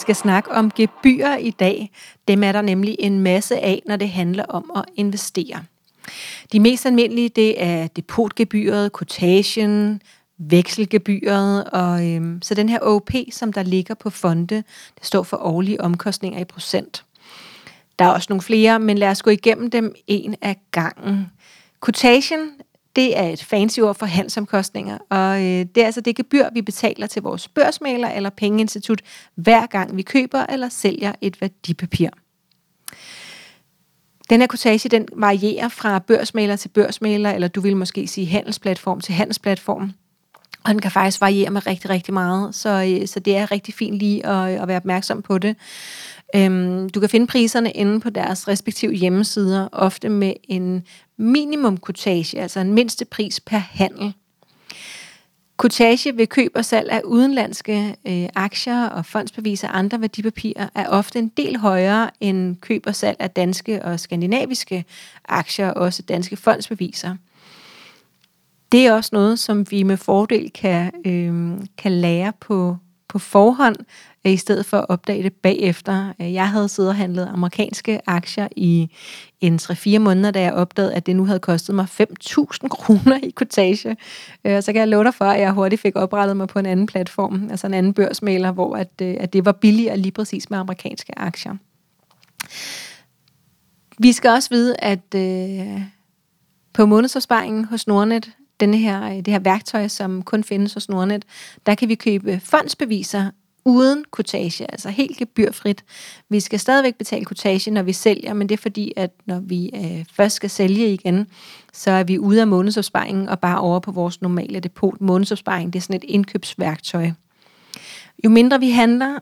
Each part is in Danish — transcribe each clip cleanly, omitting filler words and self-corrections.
skal snakke om gebyrer i dag. Dem er der nemlig en masse af, når det handler om at investere. De mest almindelige, det er depotgebyret, quotation, vekselgebyret, og så den her OP, som der ligger på fonde, det står for årlige omkostninger i procent. Der er også nogle flere, men lad os gå igennem dem en af gangen. Quotation, det er et fancy ord for handelsomkostninger, og det er altså det gebyr, vi betaler til vores børsmægler eller pengeinstitut, hver gang vi køber eller sælger et værdipapir. Den her quotation, den varierer fra børsmægler til børsmægler, eller du vil måske sige handelsplatform til handelsplatform. Og den kan faktisk variere med rigtig, rigtig meget, så det er rigtig fint lige at være opmærksom på det. Du kan finde priserne inde på deres respektive hjemmesider, ofte med en minimum quotation, altså en mindste pris per handel. Quotation ved køb og salg af udenlandske aktier og fondsbeviser og andre værdipapirer er ofte en del højere end køb og salg af danske og skandinaviske aktier og også danske fondsbeviser. Det er også noget, som vi med fordel kan lære på forhånd, i stedet for at opdage det bagefter. Jeg havde siddet og handlet amerikanske aktier i 3-4 måneder, da jeg opdagede, at det nu havde kostet mig 5.000 kroner i quotation. Så kan jeg love dig for, at jeg hurtigt fik oprettet mig på en anden platform, altså en anden børsmægler, hvor at det var billigere lige præcis med amerikanske aktier. Vi skal også vide, at på månedsopsparingen hos Nordnet, det her værktøj, som kun findes hos Nordnet, der kan vi købe fondsbeviser uden quotation, altså helt gebyrfrit. Vi skal stadigvæk betale quotation, når vi sælger, men det er fordi, at når vi først skal sælge igen, så er vi ude af månedsopsparingen og bare over på vores normale depot. Månedsopsparing, det er sådan et indkøbsværktøj. Jo mindre vi handler,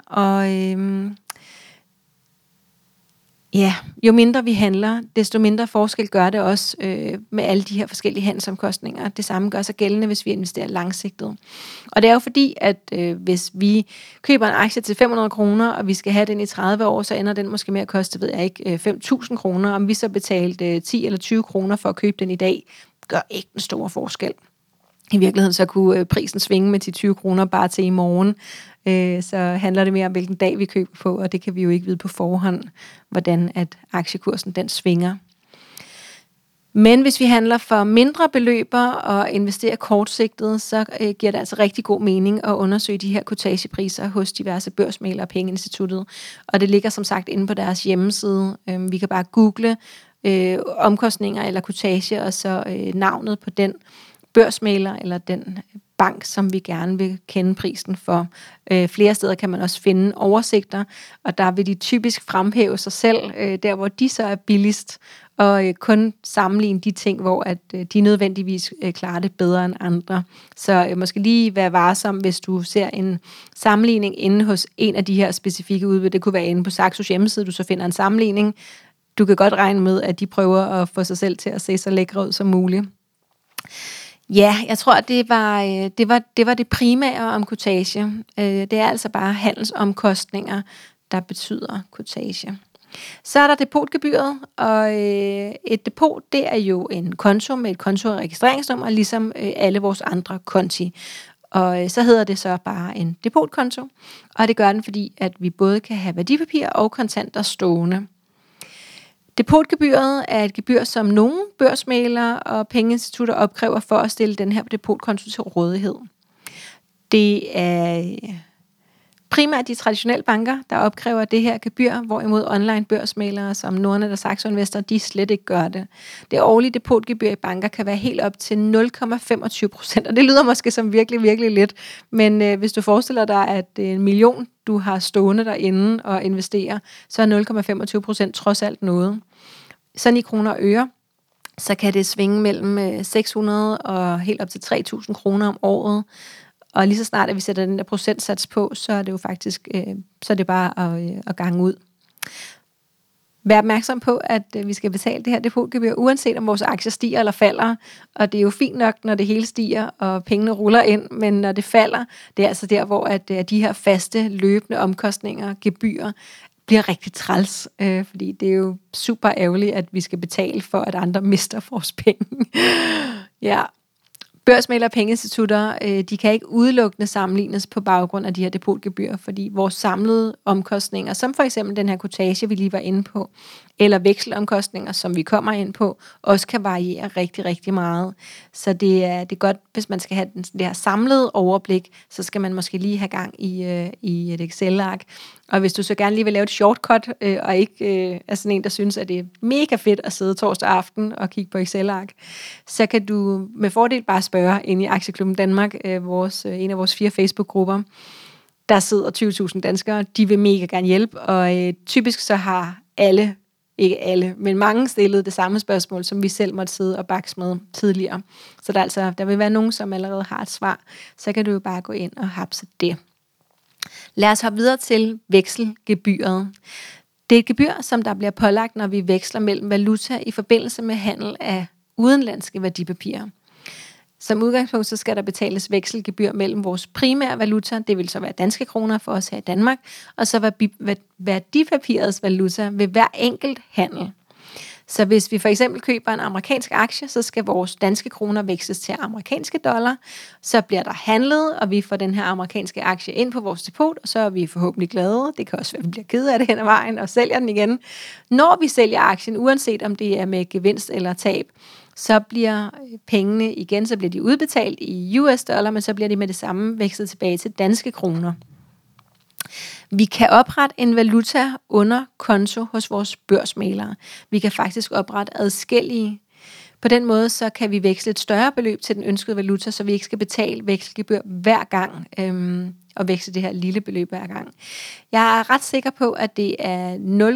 jo mindre vi handler, desto mindre forskel gør det også med alle de her forskellige handelsomkostninger. Det samme gør sig gældende, hvis vi investerer langsigtet. Og det er jo fordi, at hvis vi køber en aktie til 500 kroner, og vi skal have den i 30 år, så ender den måske med at koste, 5.000 kroner. Om vi så betalte 10 eller 20 kroner for at købe den i dag, gør ikke en stor forskel. I virkeligheden så kunne prisen svinge med 10-20 kroner bare til i morgen. Så handler det mere om, hvilken dag vi køber på, og det kan vi jo ikke vide på forhånd, hvordan at aktiekursen den svinger. Men hvis vi handler for mindre beløber og investerer kortsigtet, så giver det altså rigtig god mening at undersøge de her quotagepriser hos diverse børsmæglere og pengeinstituttet. Og det ligger som sagt inde på deres hjemmeside. Vi kan bare google omkostninger eller quotage, og så navnet på den børsmægler eller den bank, som vi gerne vil kende prisen for. Flere steder kan man også finde oversigter, og der vil de typisk fremhæve sig selv, der hvor de så er billigst, og kun sammenligne de ting, hvor at de nødvendigvis klarer det bedre end andre. Så måske lige være varsom, hvis du ser en sammenligning inde hos en af de her specifikke udbud. Det kunne være inde på Saxos hjemmeside, du så finder en sammenligning. Du kan godt regne med, at de prøver at få sig selv til at se så lækre ud som muligt. Ja, jeg tror, at det var det primære om quotage. Det er altså bare handelsomkostninger, der betyder quotage. Så er der depotgebyret, og et depot, det er jo en konto med et konto- og registreringsnummer, ligesom alle vores andre konti. Og så hedder det så bare en depotkonto, og det gør den, fordi at vi både kan have værdipapirer og kontanter stående. Depotgebyret er et gebyr, som nogle børsmæglere og pengeinstitutter opkræver for at stille den her depotkonto til rådighed. Det er primært de traditionelle banker, der opkræver det her gebyr, hvorimod online børsmæglere som Nordnet og Saxo Investor, de slet ikke gør det. Det årlige depotgebyr i banker kan være helt op til 0,25%, og det lyder måske som virkelig, virkelig lidt, men hvis du forestiller dig, at 1 million, du har stående derinde og investerer, så er 0,25% trods alt noget. Sådan i kroner og øre, så kan det svinge mellem 600 og helt op til 3.000 kroner om året. Og lige så snart, at vi sætter den der procentsats på, så er det jo faktisk så er det bare at gange ud. Vær opmærksom på, at vi skal betale det her depotgebyr, uanset om vores aktier stiger eller falder. Og det er jo fint nok, når det hele stiger, og pengene ruller ind, men når det falder, det er altså der, hvor at de her faste, løbende omkostninger, gebyrer, bliver rigtig træls, fordi det er jo super ærgerligt, at vi skal betale for, at andre mister vores penge. Ja. Børsmæglere og pengeinstitutter, de kan ikke udelukkende sammenlignes på baggrund af de her depotgebyrer, fordi vores samlede omkostninger, som for eksempel den her kortage, vi lige var inde på, eller vekselomkostninger, som vi kommer ind på, også kan variere rigtig, rigtig meget. Så det er godt, hvis man skal have det her samlede overblik, så skal man måske lige have gang i et Excel-ark. Og hvis du så gerne lige vil lave et shortcut, og ikke er sådan en, der synes, at det er mega fedt at sidde torsdag aften og kigge på Excel-ark, så kan du med fordel bare spørge inde i Aktieklubben Danmark, en af vores 4 Facebook-grupper. Der sidder 20.000 danskere, de vil mega gerne hjælpe, og typisk så har alle, ikke alle, men mange stillet det samme spørgsmål, som vi selv måtte sidde og bakse med tidligere. Så der vil være nogen, som allerede har et svar, så kan du jo bare gå ind og hapse det. Lad os hoppe videre til vekselgebyret. Det er et gebyr, som der bliver pålagt, når vi veksler mellem valuta i forbindelse med handel af udenlandske værdipapirer. Som udgangspunkt så skal der betales vekselgebyr mellem vores primære valuta, det vil så være danske kroner for os her i Danmark, og så værdipapirets valuta ved hver enkelt handel. Så hvis vi for eksempel køber en amerikansk aktie, så skal vores danske kroner veksles til amerikanske dollar. Så bliver der handlet, og vi får den her amerikanske aktie ind på vores depot, og så er vi forhåbentlig glade. Det kan også være, at vi bliver ked af det hen ad vejen og sælger den igen. Når vi sælger aktien, uanset om det er med gevinst eller tab, så bliver pengene igen, så bliver de udbetalt i US dollar, men så bliver de med det samme vekslet tilbage til danske kroner. Vi kan oprette en valuta under konto hos vores børsmæglere. Vi kan faktisk oprette adskillige. På den måde så kan vi veksle et større beløb til den ønskede valuta, så vi ikke skal betale vekselgebyr hver gang og veksle det her lille beløb hver gang. Jeg er ret sikker på, at det er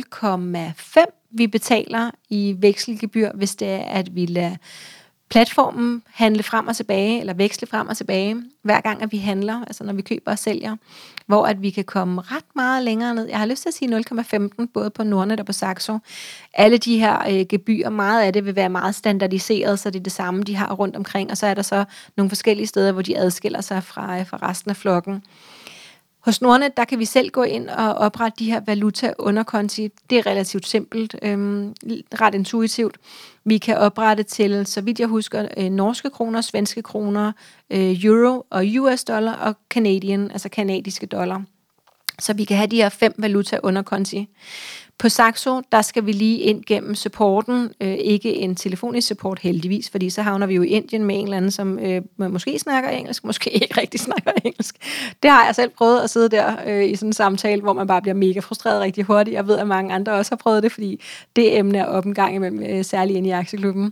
0,5 vi betaler i vekselgebyr, hvis det er, at vi lader platformen handle frem og tilbage, eller veksle frem og tilbage, hver gang at vi handler, altså når vi køber og sælger, hvor at vi kan komme ret meget længere ned. Jeg har lyst til at sige 0,15, både på Nordnet og på Saxo. Alle de her gebyrer, meget af det vil være meget standardiseret, så det er det samme, de har rundt omkring, og så er der så nogle forskellige steder, hvor de adskiller sig fra resten af flokken. Hos Nordnet, der kan vi selv gå ind og oprette de her valuta-underkonti. Det er relativt simpelt, ret intuitivt. Vi kan oprette til, så vidt jeg husker, norske kroner, svenske kroner, euro og US dollar og Canadian, altså kanadiske dollar. Så vi kan have de her 5 valuta-underkonti. På Saxo, der skal vi lige ind gennem supporten, ikke en telefonisk support heldigvis, fordi så havner vi jo i Indien med en eller anden, som måske snakker engelsk, måske ikke rigtig snakker engelsk. Det har jeg selv prøvet at sidde der i sådan en samtale, hvor man bare bliver mega frustreret rigtig hurtigt. Jeg ved, at mange andre også har prøvet det, fordi det emne er op en gang imellem, særligt inde i Aktieklubben.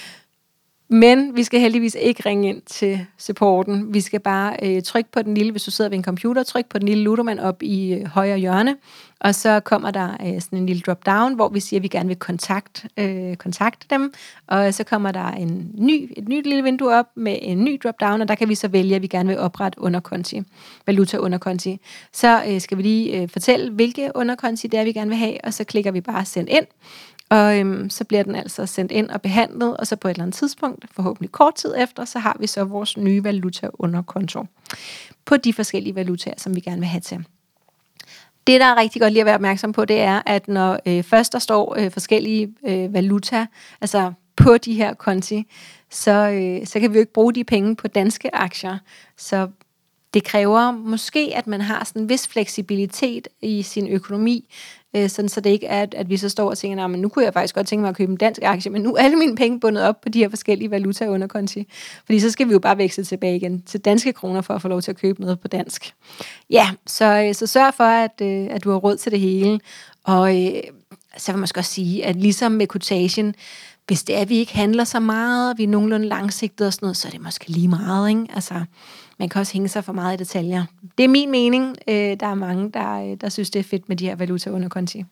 Men vi skal heldigvis ikke ringe ind til supporten. Vi skal bare trykke på den lille, hvis du sidder ved en computer, tryk på den lille ludomand op i højre hjørne, og så kommer der sådan en lille drop-down, hvor vi siger, at vi gerne vil kontakte dem, og så kommer der et nyt lille vindue op med en ny drop-down, og der kan vi så vælge, at vi gerne vil oprette underkonti, valuta-underkonti. Så skal vi lige fortælle, hvilke underkonti det er, vi gerne vil have, og så klikker vi bare send ind. Og så bliver den altså sendt ind og behandlet, og så på et eller andet tidspunkt, forhåbentlig kort tid efter, så har vi så vores nye valuta-underkonto på de forskellige valutaer, som vi gerne vil have til. Det, der er rigtig godt lige at være opmærksom på, det er, at når først der står forskellige valuta, altså på de her konti, så kan vi jo ikke bruge de penge på danske aktier. Så det kræver måske, at man har sådan en vis fleksibilitet i sin økonomi, sådan så det ikke er, at vi så står og tænker, men nu kunne jeg faktisk godt tænke mig at købe en dansk aktie, men nu er alle mine penge bundet op på de her forskellige valuta-underkonti. Fordi så skal vi jo bare veksle tilbage igen til danske kroner for at få lov til at købe noget på dansk. Ja, så sørg for, at du har råd til det hele. Og så vil man også sige, at ligesom med quotation, hvis det er, at vi ikke handler så meget, vi er nogenlunde langsigtet og sådan noget, så er det måske lige meget, ikke? Altså, man kan også hænge sig for meget i detaljer. Det er min mening. Der er mange, der synes, det er fedt med de her valuta-underkonti.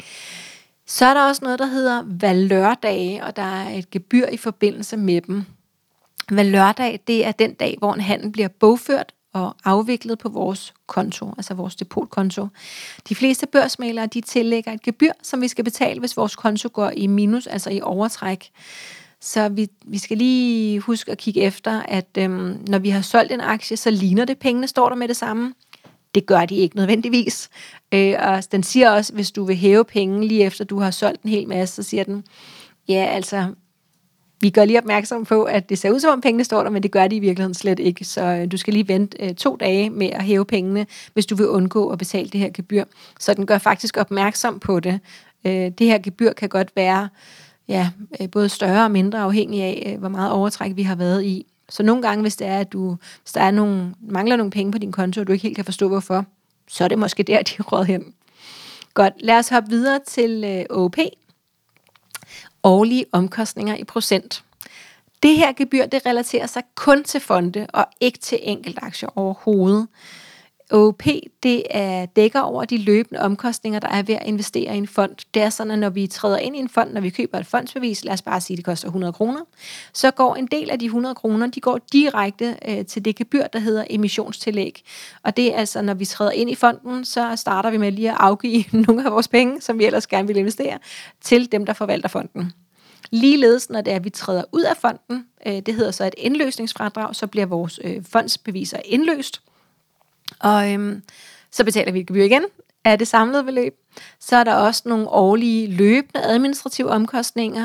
Så er der også noget, der hedder valørdage, og der er et gebyr i forbindelse med dem. Valørdag, det er den dag, hvor en handel bliver bogført og afviklet på vores konto, altså vores depotkonto. De fleste børsmæglere, de tillægger et gebyr, som vi skal betale, hvis vores konto går i minus, altså i overtræk. Så vi skal lige huske at kigge efter, at når vi har solgt en aktie, så ligner det, pengene står der med det samme. Det gør de ikke nødvendigvis. Og den siger også, hvis du vil hæve penge lige efter du har solgt en hel masse, så siger den, ja altså, Vi gør lige opmærksom på, at det ser ud som om pengene står der, men det gør de i virkeligheden slet ikke. Så du skal lige vente 2 dage med at hæve pengene, hvis du vil undgå at betale det her gebyr. Så den gør faktisk opmærksom på det. Det her gebyr kan godt være både større og mindre afhængig af, hvor meget overtræk vi har været i. Så nogle gange, hvis det er, at hvis der er mangler nogle penge på din konto, og du ikke helt kan forstå hvorfor, så er det måske der, de er råd hen. Godt, lad os hoppe videre til OOP. Årlige omkostninger i procent. Det her gebyr, det relaterer sig kun til fonde og ikke til enkeltaktier overhovedet. OOP, det dækker over de løbende omkostninger, der er ved at investere i en fond. Det er sådan, at når vi træder ind i en fond, når vi køber et fondsbevis, lad os bare sige, at det koster 100 kroner, så går en del af de 100 kroner, de går direkte til det gebyr, der hedder emissionstillæg. Og det er altså, når vi træder ind i fonden, så starter vi med lige at afgive nogle af vores penge, som vi ellers gerne vil investere, til dem, der forvalter fonden. Ligeledes, når det er, at vi træder ud af fonden, det hedder så et indløsningsfradrag, så bliver vores fondsbeviser indløst. Og så betaler vi et gebyr igen af det samlede beløb. Så er der også nogle årlige løbende administrative omkostninger.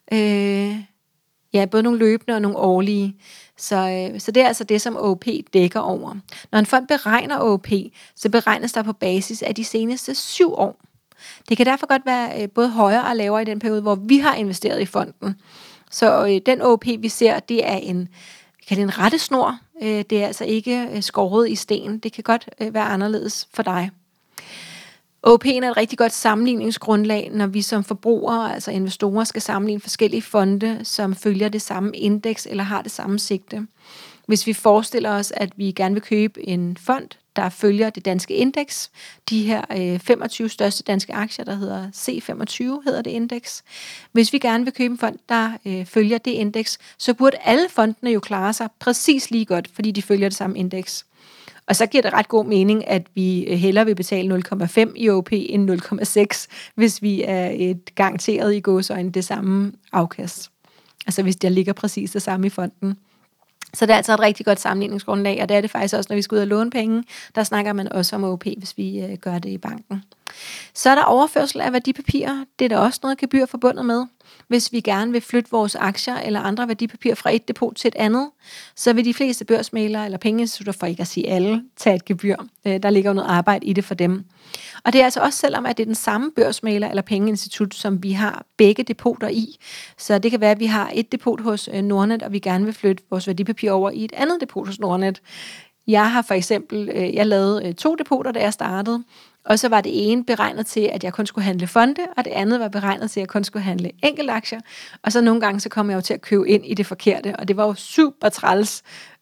Både nogle løbende og nogle årlige. Så det er altså det, som OOP dækker over. Når en fond beregner OOP, så beregnes der på basis af de seneste 7 år. Det kan derfor godt være både højere og lavere i den periode, hvor vi har investeret i fonden. Så den OOP, vi ser, det er en rettesnor. Det er altså ikke skåret i sten. Det kan godt være anderledes for dig. OOP'en er et rigtig godt sammenligningsgrundlag, når vi som forbrugere, altså investorer, skal sammenligne forskellige fonde, som følger det samme indeks eller har det samme sigte. Hvis vi forestiller os, at vi gerne vil købe en fond, der følger det danske indeks, de her 25 største danske aktier, der hedder C25, hedder det indeks. Hvis vi gerne vil købe en fond, der følger det indeks, så burde alle fondene jo klare sig præcis lige godt, fordi de følger det samme indeks. Og så giver det ret god mening, at vi hellere vil betale 0,5 i OOP end 0,6, hvis vi er et garanteret i gåseøjne det samme afkast. Altså hvis der ligger præcis det samme i fonden. Så det er altså et rigtig godt sammenligningsgrundlag, og det er det faktisk også, når vi skal ud og låne penge. Der snakker man også om OOP, hvis vi gør det i banken. Så er der overførsel af værdipapirer. Det er der også noget gebyr forbundet med. Hvis vi gerne vil flytte vores aktier eller andre værdipapirer fra et depot til et andet, så vil de fleste børsmæglere eller pengeinstitutter, for ikke at sige alle, tage et gebyr. Der ligger jo noget arbejde i det for dem. Og det er altså også selvom, at det er den samme børsmægler eller pengeinstitut, som vi har begge depoter i. Så det kan være, at vi har et depot hos Nordnet, og vi gerne vil flytte vores værdipapirer over i et andet depot hos Nordnet. Jeg har for eksempel, jeg lavede 2 depoter, da jeg startede, og så var det ene beregnet til, at jeg kun skulle handle fonde, og det andet var beregnet til, at jeg kun skulle handle enkeltaktier. Og så nogle gange, så kom jeg jo til at købe ind i det forkerte, og det var jo super træls.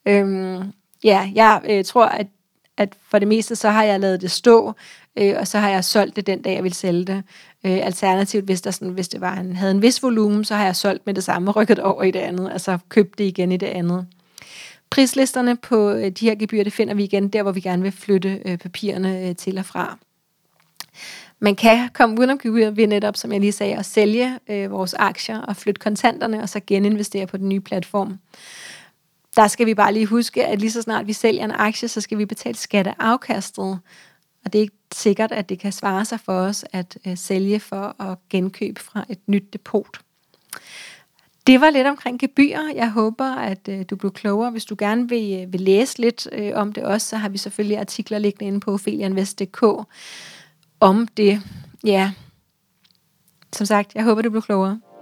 Jeg tror, at for det meste, så har jeg lavet det stå, og så har jeg solgt det den dag, jeg ville sælge det. Alternativt, hvis det havde en vis volumen, så har jeg solgt med det samme og rykket over i det andet, altså købt det igen i det andet. Prislisterne på de her gebyrer, det finder vi igen der, hvor vi gerne vil flytte papirerne til og fra. Man kan komme udenom gebyrer ved netop, som jeg lige sagde, at sælge vores aktier og flytte kontanterne, og så geninvestere på den nye platform. Der skal vi bare lige huske, at lige så snart vi sælger en aktie, så skal vi betale skat af afkastet. Og det er ikke sikkert, at det kan svare sig for os at sælge for at genkøbe fra et nyt depot. Det var lidt omkring gebyrer. Jeg håber, at du blev klogere. Hvis du gerne vil læse lidt om det også, så har vi selvfølgelig artikler liggende inde på opheliainvest.dk om det. Ja, som sagt, jeg håber, du blev klogere.